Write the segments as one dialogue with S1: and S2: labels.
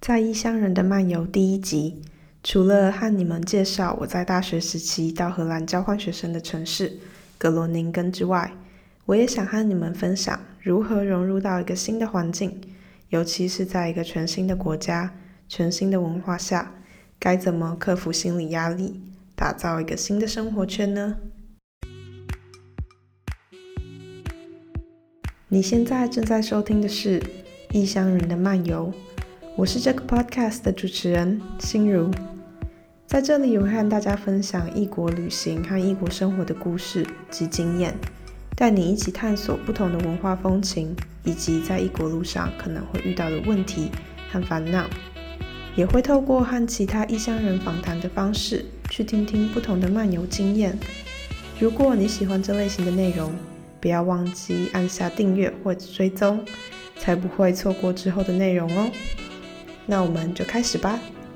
S1: 在异乡人的漫游第一集，除了和你们介绍我在大学时期到荷兰交换学生的城市格罗宁根之外，我也想和你们分享如何融入到一个新的环境，尤其是在一个全新的国家、全新的文化下，该怎么克服心理压力，打造一个新的生活圈呢？你现在正在收听的是《异乡人的漫游》，我是这个 podcast 的主持人心如。在这里我会和大家分享异国旅行和异国生活的故事及经验，带你一起探索不同的文化风情，以及在异国路上可能会遇到的问题和烦恼，也会透过和其他异乡人访谈的方式，去听听不同的漫游经验。如果你喜欢这类型的内容，不要忘记按下订阅或者追踪，才不会错过之后的内容哦。那我们就开始吧。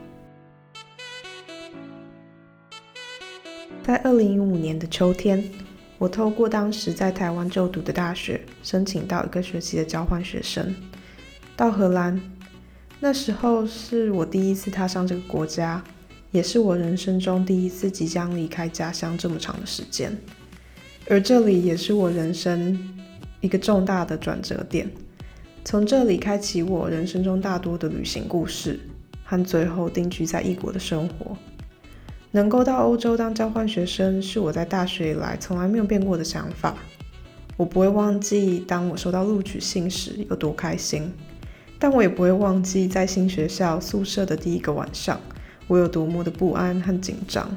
S1: 在2015年的秋天，我透过当时在台湾就读的大学，申请到1个学期的交换学生，到荷兰。那时候是我第一次踏上这个国家，也是我人生中第一次即将离开家乡这么长的时间。而这里也是我人生一个重大的转折点，从这里开启我人生中大多的旅行故事，和最后定居在异国的生活。能够到欧洲当交换学生，是我在大学以来从来没有变过的想法。我不会忘记当我收到录取信时有多开心，但我也不会忘记在新学校宿舍的第1个晚上，我有多么的不安和紧张。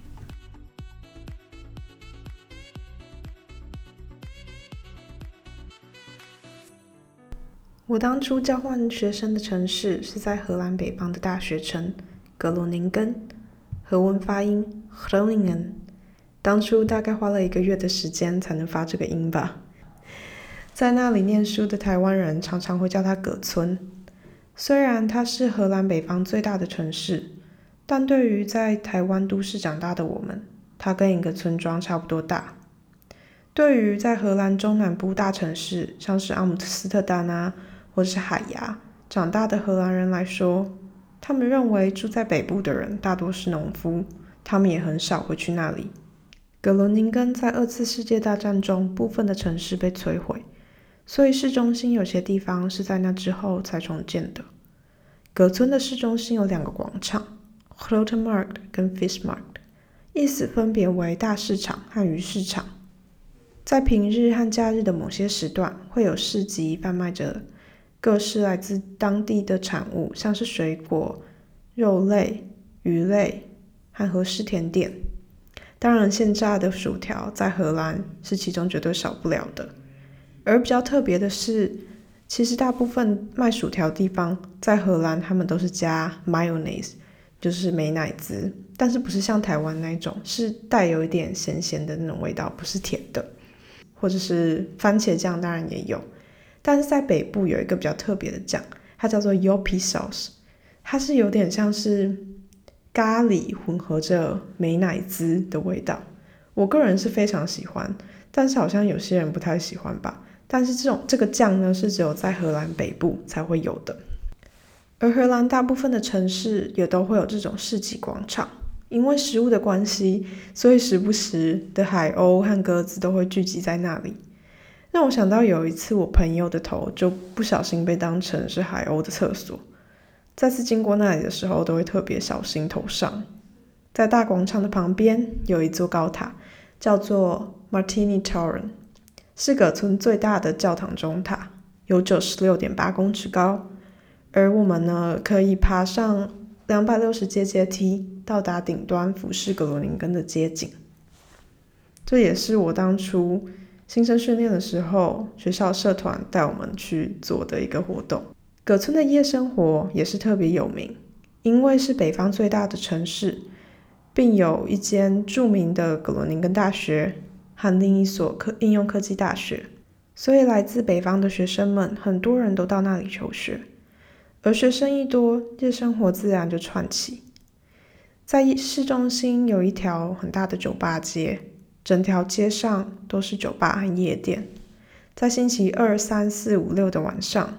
S1: 我当初交换学生的城市是在荷兰北方的大学城格罗宁根，荷文发音 Groningen， 当初大概花了1个月的时间才能发这个音吧。在那里念书的台湾人常常会叫它葛村。虽然它是荷兰北方最大的城市，但对于在台湾都市长大的我们，它跟一个村庄差不多大。对于在荷兰中南部大城市，像是阿姆斯特丹或是海牙长大的荷兰人来说，他们认为住在北部的人大多是农夫，他们也很少会去那里。格罗宁根在2次世界大战中部分的城市被摧毁，所以市中心有些地方是在那之后才重建的。葛村的市中心有2个广场 Grotemarkt 跟 Vismarkt， 意思分别为大市场和鱼市场。在平日和假日的某些时段，会有市集贩卖着各式来自当地的产物，像是水果、肉类、鱼类和和式甜点。当然，现炸的薯条在荷兰是其中绝对少不了的。而比较特别的是，其实大部分卖薯条的地方在荷兰，他们都是加 mayonnaise， 就是美乃滋，但是不是像台湾那种，是带有一点咸咸的那种味道，不是甜的。或者是番茄酱当然也有，但是在北部有一个比较特别的酱，它叫做 Yopi Sauce， 它是有点像是咖喱混合着美乃滋的味道。我个人是非常喜欢，但是好像有些人不太喜欢吧。但是这个酱呢，是只有在荷兰北部才会有的。而荷兰大部分的城市也都会有这种市集广场，因为食物的关系，所以时不时的海鸥和鸽子都会聚集在那里。让我想到有一次我朋友的头就不小心被当成是海鸥的厕所，再次经过那里的时候都会特别小心头上。在大广场的旁边有一座高塔，叫做 Martini Tower， 是葛村最大的教堂钟塔，有 96.8 公尺高。而我们呢，可以爬上260阶阶梯到达顶端，俯视格罗宁根的街景。这也是我当初新生训练的时候，学校社团带我们去做的一个活动。葛村的夜生活也是特别有名，因为是北方最大的城市，并有一间著名的格罗宁根大学和另一所应用科技大学，所以来自北方的学生们很多人都到那里求学。而学生一多，夜生活自然就串起。在市中心有一条很大的酒吧街，整条街上都是酒吧和夜店。在星期2、3、4、5、6的晚上，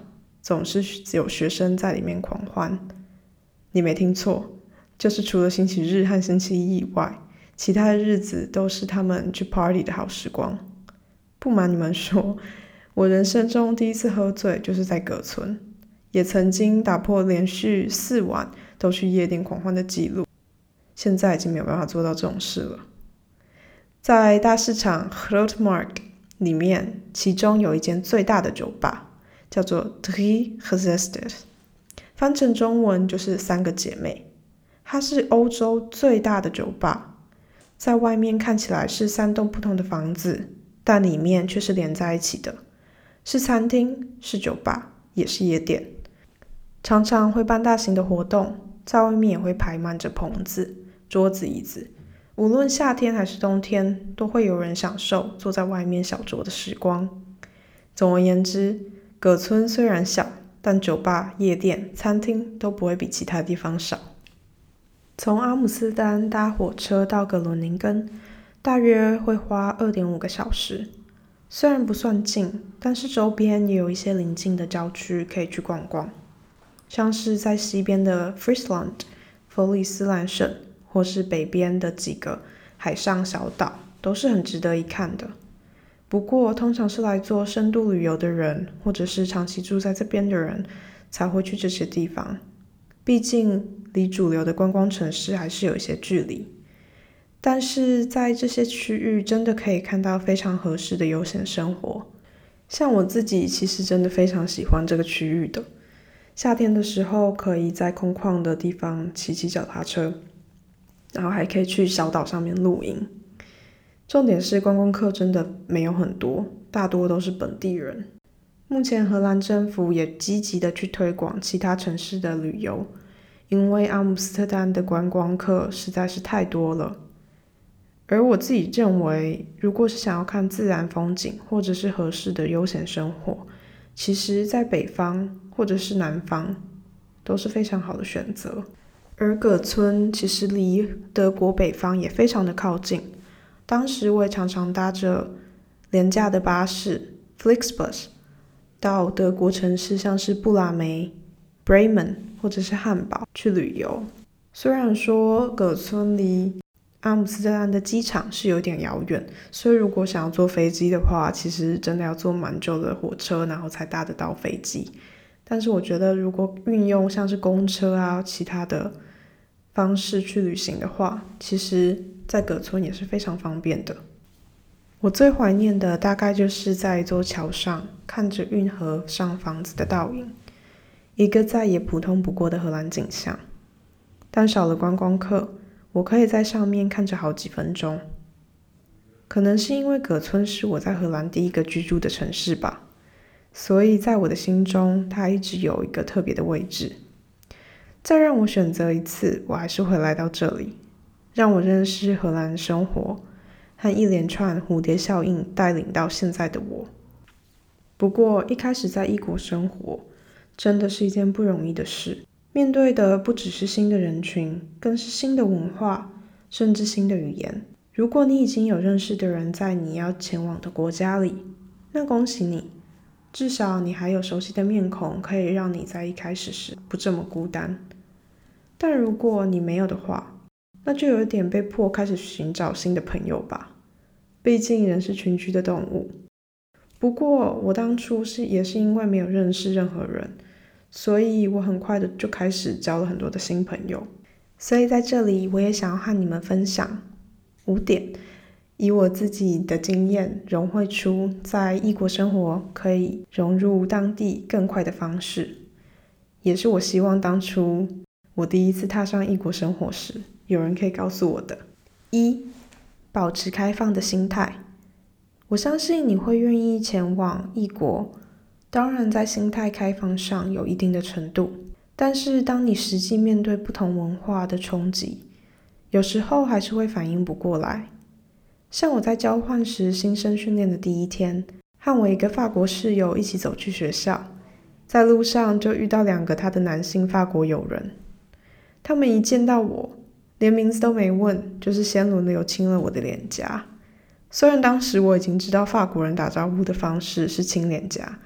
S1: 总是有学生在里面狂欢。你没听错，就是除了星期日和星期一以外，其他的日子都是他们去 party 的好时光。不瞒你们说，我人生中第一次喝醉就是在葛村，也曾经打破连续4晚都去夜店狂欢的记录。现在已经没有办法做到这种事了。在大市场 Grootmarkt 里面，其中有一间最大的酒吧，叫做 Drie Gezusters， 翻成中文就是3个姐妹。它是欧洲最大的酒吧，在外面看起来是3栋不同的房子，但里面却是连在一起的，是餐厅，是酒吧，也是夜店。常常会办大型的活动，在外面也会排满着棚子、桌子、椅子，无论夏天还是冬天，都会有人享受坐在外面小酌的时光。总而言之，葛村虽然小，但酒吧、夜店、餐厅都不会比其他地方少。从阿姆斯特丹搭火车到格罗宁根，大约会花2.5个小时。虽然不算近，但是周边也有一些邻近的郊区可以去逛逛，像是在西边的 Friesland 弗里斯兰省，或是北边的几个海上小岛，都是很值得一看的。不过通常是来做深度旅游的人，或者是长期住在这边的人才会去这些地方，毕竟离主流的观光城市还是有一些距离。但是在这些区域真的可以看到非常合适的悠闲生活，像我自己其实真的非常喜欢这个区域的。夏天的时候可以在空旷的地方骑脚踏车，然后还可以去小岛上面露营。重点是观光客真的没有很多，大多都是本地人。目前荷兰政府也积极的去推广其他城市的旅游，因为阿姆斯特丹的观光客实在是太多了。而我自己认为，如果是想要看自然风景或者是合适的悠闲生活，其实在北方或者是南方都是非常好的选择。而葛村其实离德国北方也非常的靠近，当时我也常常搭着廉价的巴士 Flixbus 到德国城市像是布拉梅、Bremen 或者是汉堡去旅游。虽然说葛村离阿姆斯特丹的机场是有点遥远，所以如果想要坐飞机的话，其实真的要坐蛮久的火车，然后才搭得到飞机。但是我觉得如果运用像是公车啊其他的方式去旅行的话，其实在葛村也是非常方便的。我最怀念的大概就是在一座桥上看着运河上房子的倒影，一个再也普通不过的荷兰景象。但少了观光客，我可以在上面看着好几分钟。可能是因为葛村是我在荷兰第一个居住的城市吧，所以在我的心中它一直有一个特别的位置。再让我选择一次，我还是会来到这里，让我认识荷兰生活和一连串蝴蝶效应带领到现在的我。不过一开始在异国生活真的是一件不容易的事，面对的不只是新的人群，更是新的文化，甚至新的语言。如果你已经有认识的人在你要前往的国家里，那恭喜你，至少你还有熟悉的面孔，可以让你在一开始时不这么孤单。但如果你没有的话，那就有点被迫开始寻找新的朋友吧，毕竟人是群居的动物。不过我当初也是因为没有认识任何人，所以我很快的就开始交了很多的新朋友。所以在这里我也想要和你们分享5点，以我自己的经验融汇出在异国生活可以融入当地更快的方式，也是我希望当初我第一次踏上异国生活时有人可以告诉我的。1. 保持开放的心态。我相信你会愿意前往异国，当然在心态开放上有一定的程度，但是当你实际面对不同文化的冲击，有时候还是会反应不过来。像我在交换时新生训练的第1天，和我一个法国室友一起走去学校，在路上就遇到2个他的男性法国友人，他们一见到我，连名字都没问，就是先轮流亲了我的脸颊。虽然当时我已经知道法国人打招呼的方式是亲脸颊，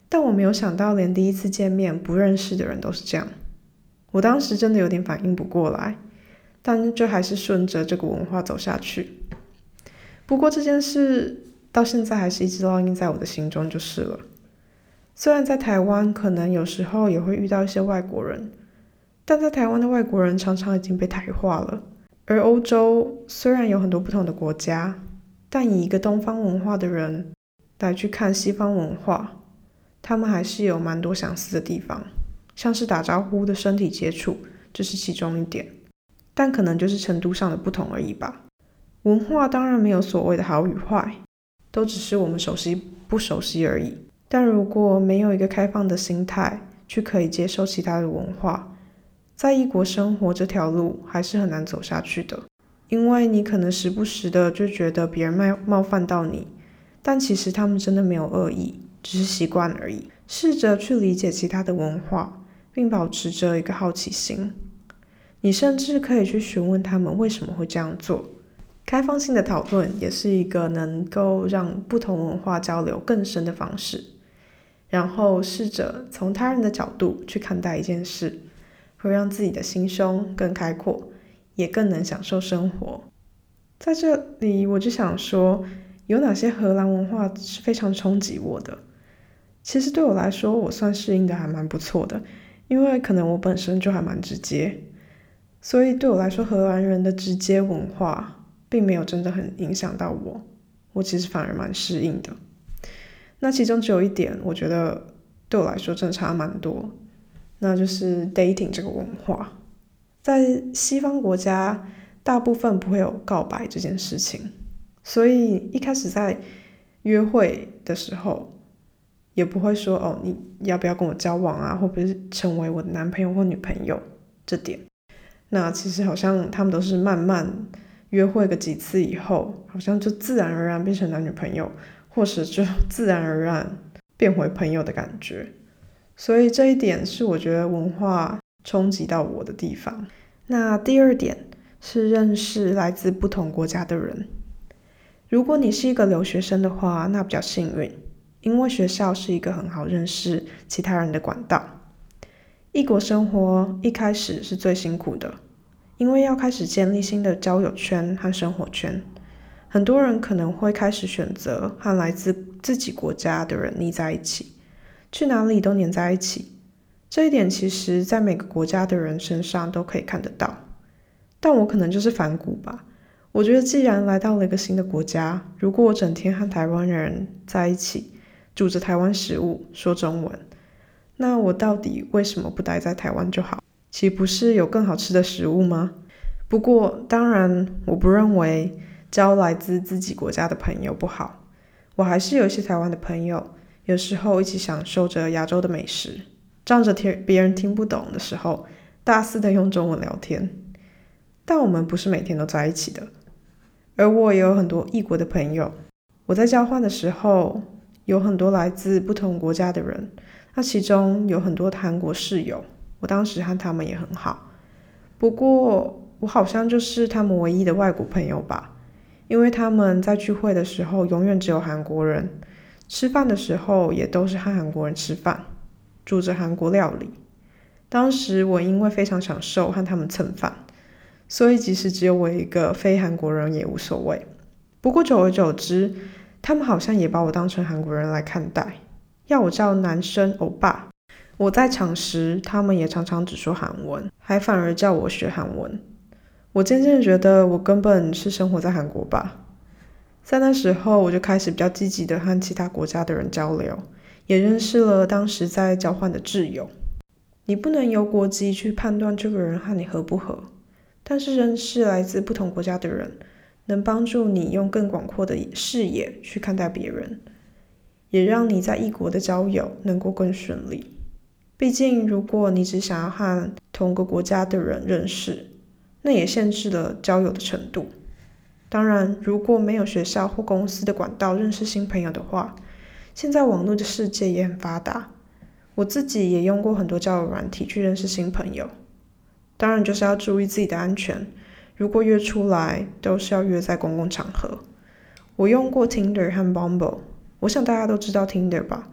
S1: 但我没有想到连第一次见面不认识的人都是这样。我当时真的有点反应不过来，但就还是顺着这个文化走下去。不过这件事到现在还是一直烙印在我的心中就是了。虽然在台湾可能有时候也会遇到一些外国人，但在台湾的外国人常常已经被台化了。而欧洲虽然有很多不同的国家，但以一个东方文化的人来去看西方文化，他们还是有蛮多相似的地方，像是打招呼的身体接触，这是其中一点，但可能就是程度上的不同而已吧。文化当然没有所谓的好与坏，都只是我们熟悉不熟悉而已。但如果没有一个开放的心态去可以接受其他的文化，在异国生活这条路还是很难走下去的。因为你可能时不时的就觉得别人冒犯到你，但其实他们真的没有恶意，只是习惯而已。试着去理解其他的文化，并保持着一个好奇心。你甚至可以去询问他们为什么会这样做。开放性的讨论也是一个能够让不同文化交流更深的方式。然后试着从他人的角度去看待一件事，会让自己的心胸更开阔，也更能享受生活。在这里我就想说，有哪些荷兰文化是非常冲击我的。其实对我来说，我算适应的还蛮不错的，因为可能我本身就还蛮直接，所以对我来说，荷兰人的直接文化并没有真的很影响到我其实反而蛮适应的。那其中只有一点我觉得对我来说真的差蛮多，那就是 dating 这个文化。在西方国家大部分不会有告白这件事情，所以一开始在约会的时候也不会说你要不要跟我交往啊，或者是成为我的男朋友或女朋友这点。那其实好像他们都是慢慢约会个几次以后，好像就自然而然变成男女朋友，或是就自然而然变回朋友的感觉。所以这一点是我觉得文化冲击到我的地方。那第二点是认识来自不同国家的人。如果你是一个留学生的话，那比较幸运，因为学校是一个很好认识其他人的管道。异国生活一开始是最辛苦的，因为要开始建立新的交友圈和生活圈。很多人可能会开始选择和来自自己国家的人腻在一起，去哪里都黏在一起。这一点其实在每个国家的人身上都可以看得到。但我可能就是反骨吧，我觉得既然来到了一个新的国家，如果我整天和台湾人在一起，煮着台湾食物，说中文，那我到底为什么不待在台湾就好？岂不是有更好吃的食物吗？不过当然我不认为交来自自己国家的朋友不好，我还是有一些台湾的朋友，有时候一起享受着亚洲的美食，仗着别人听不懂的时候，大肆的用中文聊天。但我们不是每天都在一起的。而我也有很多异国的朋友，我在交换的时候有很多来自不同国家的人，那其中有很多韩国室友，我当时和他们也很好。不过我好像就是他们唯一的外国朋友吧，因为他们在聚会的时候永远只有韩国人，吃饭的时候也都是和韩国人吃饭，煮着韩国料理。当时我因为非常享受和他们蹭饭，所以即使只有我一个非韩国人也无所谓。不过久而久之，他们好像也把我当成韩国人来看待，要我叫男生欧巴。我在场时，他们也常常只说韩文，还反而叫我学韩文。我渐渐觉得我根本是生活在韩国吧。在那时候，我就开始比较积极的和其他国家的人交流，也认识了当时在交换的挚友。你不能由国籍去判断这个人和你合不合，但是认识来自不同国家的人，能帮助你用更广阔的视野去看待别人，也让你在异国的交友能够更顺利。毕竟如果你只想要和同个国家的人认识，那也限制了交友的程度。当然，如果没有学校或公司的管道认识新朋友的话，现在网络的世界也很发达，我自己也用过很多交友软体去认识新朋友。当然就是要注意自己的安全，如果约出来都是要约在公共场合。我用过 Tinder 和 Bumble， 我想大家都知道 Tinder 吧，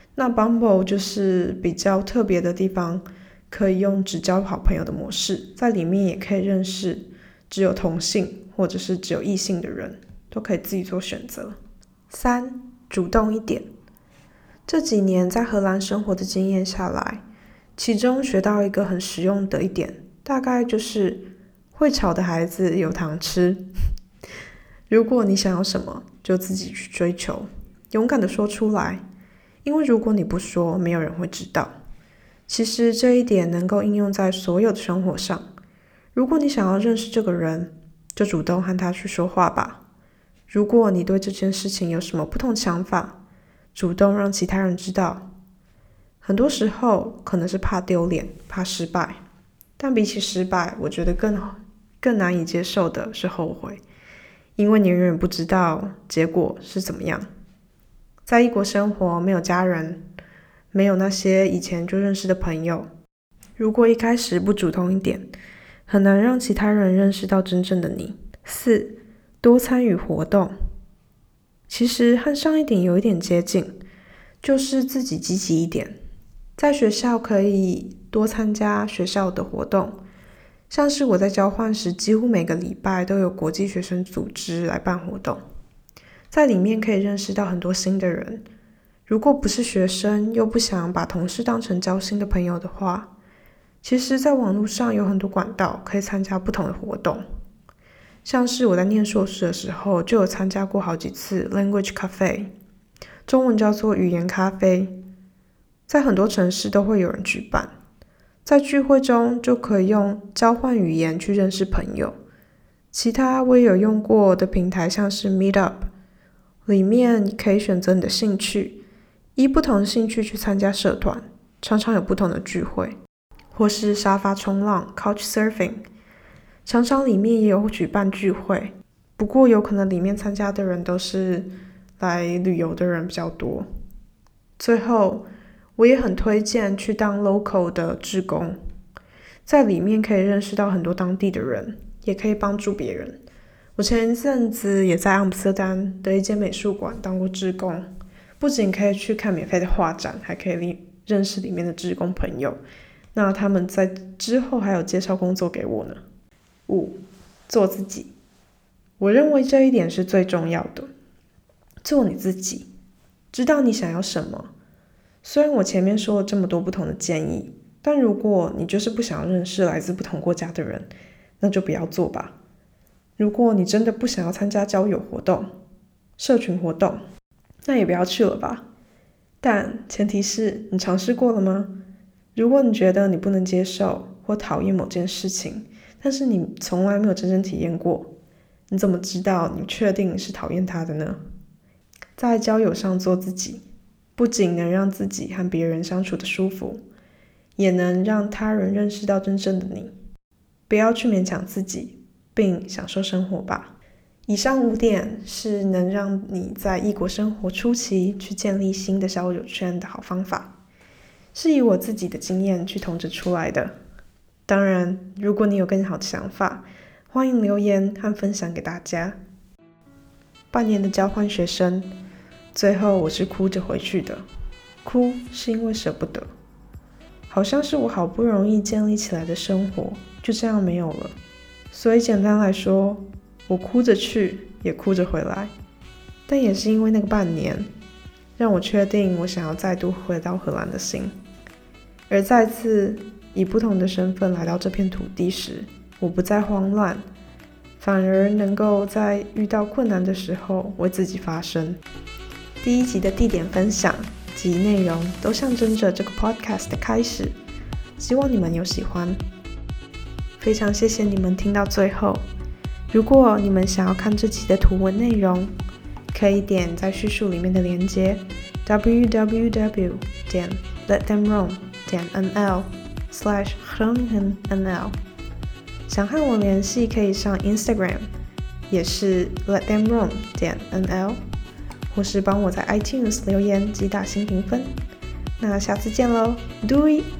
S1: 那 Bumble 就是比较特别的地方，可以用只交好朋友的模式，在里面也可以认识只有同性或者是只有异性的人，都可以自己做选择。3. 主动一点。这几年在荷兰生活的经验下来，其中学到一个很实用的一点，大概就是会吵的孩子有糖吃。如果你想要什么，就自己去追求，勇敢的说出来，因为如果你不说，没有人会知道。其实这一点能够应用在所有的生活上。如果你想要认识这个人，就主动和他去说话吧。如果你对这件事情有什么不同想法，主动让其他人知道。很多时候可能是怕丢脸，怕失败，但比起失败，我觉得更难以接受的是后悔，因为你永远不知道结果是怎么样。在异国生活，没有家人，没有那些以前就认识的朋友，如果一开始不主动一点，很难让其他人认识到真正的你。4. 多参与活动。其实和上一点有一点接近，就是自己积极一点。在学校可以多参加学校的活动，像是我在交换时，几乎每个礼拜都有国际学生组织来办活动，在里面可以认识到很多新的人。如果不是学生，又不想把同事当成交心的朋友的话，其实在网络上有很多管道可以参加不同的活动。像是我在念硕士的时候，就有参加过好几次 Language Cafe， 中文叫做语言咖啡，在很多城市都会有人举办。在聚会中就可以用交换语言去认识朋友。其他我也有用过的平台，像是 Meetup， 里面你可以选择你的兴趣，依不同的兴趣去参加社团，常常有不同的聚会。或是沙发冲浪 Couchsurfing， 常常里面也有举办聚会，不过有可能里面参加的人都是来旅游的人比较多。最后我也很推荐去当 local 的志工，在里面可以认识到很多当地的人，也可以帮助别人。我前一阵子也在阿姆斯特丹的一间美术馆当过志工，不仅可以去看免费的画展，还可以认识里面的志工朋友。那他们在之后还有介绍工作给我呢。5. 做自己。我认为这一点是最重要的。做你自己，知道你想要什么。虽然我前面说了这么多不同的建议，但如果你就是不想要认识来自不同国家的人，那就不要做吧。如果你真的不想要参加交友活动、社群活动，那也不要去了吧。但前提是你尝试过了吗？如果你觉得你不能接受或讨厌某件事情，但是你从来没有真正体验过，你怎么知道你确定是讨厌它的呢？在交友上做自己，不仅能让自己和别人相处的舒服，也能让他人认识到真正的你。不要去勉强自己，并享受生活吧。以上5点是能让你在异国生活初期去建立新的交友圈的好方法，是以我自己的经验去统整出来的。当然，如果你有更好的想法，欢迎留言和分享给大家。半年的交换学生，最后我是哭着回去的。哭是因为舍不得，好像是我好不容易建立起来的生活就这样没有了。所以简单来说，我哭着去，也哭着回来。但也是因为那个半年，让我确定我想要再度回到荷兰的心。而再次以不同的身份来到这片土地时，我不再慌乱，反而能够在遇到困难的时候为自己发声。第1集的地点分享及内容都象征着这个 podcast 的开始，希望你们有喜欢。非常谢谢你们听到最后。如果你们想要看这集的图文内容，可以点在叙述里面的连结 www.letthemroam.nl/groningenNL。 想和我联系可以上 Instagram， 也是 letthemroam.nl， 或是帮我在 iTunes 留言及打新评分。那下次见咯，doei。